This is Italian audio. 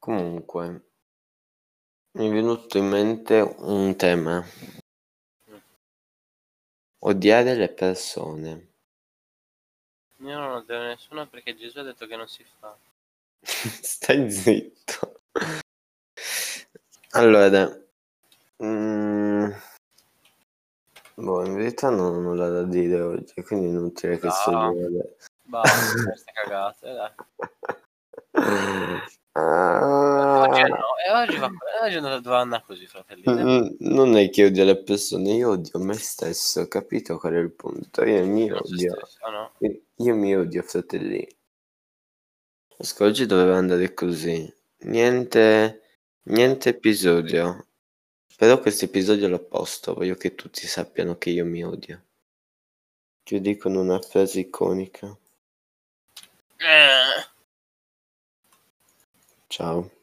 Comunque, mi è venuto in mente un tema. Odiare le persone. Io non odio nessuno perché Gesù ha detto che non si fa. Stai zitto. Allora, in verità non ho nulla da dire oggi, quindi è inutile che sto No. dicendo. Basta, queste cagate, dai. Oggi Ah, no, oggi è andata 2 anni così, fratelli. non è che odio le persone, io odio me stesso, capito qual è il punto? Io mi Non se odio. stesso, no? Io mi odio, fratelli. Oggi doveva andare così. Niente episodio. Però questo episodio l'ho posto, voglio che tutti sappiano che io mi odio. Chiudi con una frase iconica. Ciao.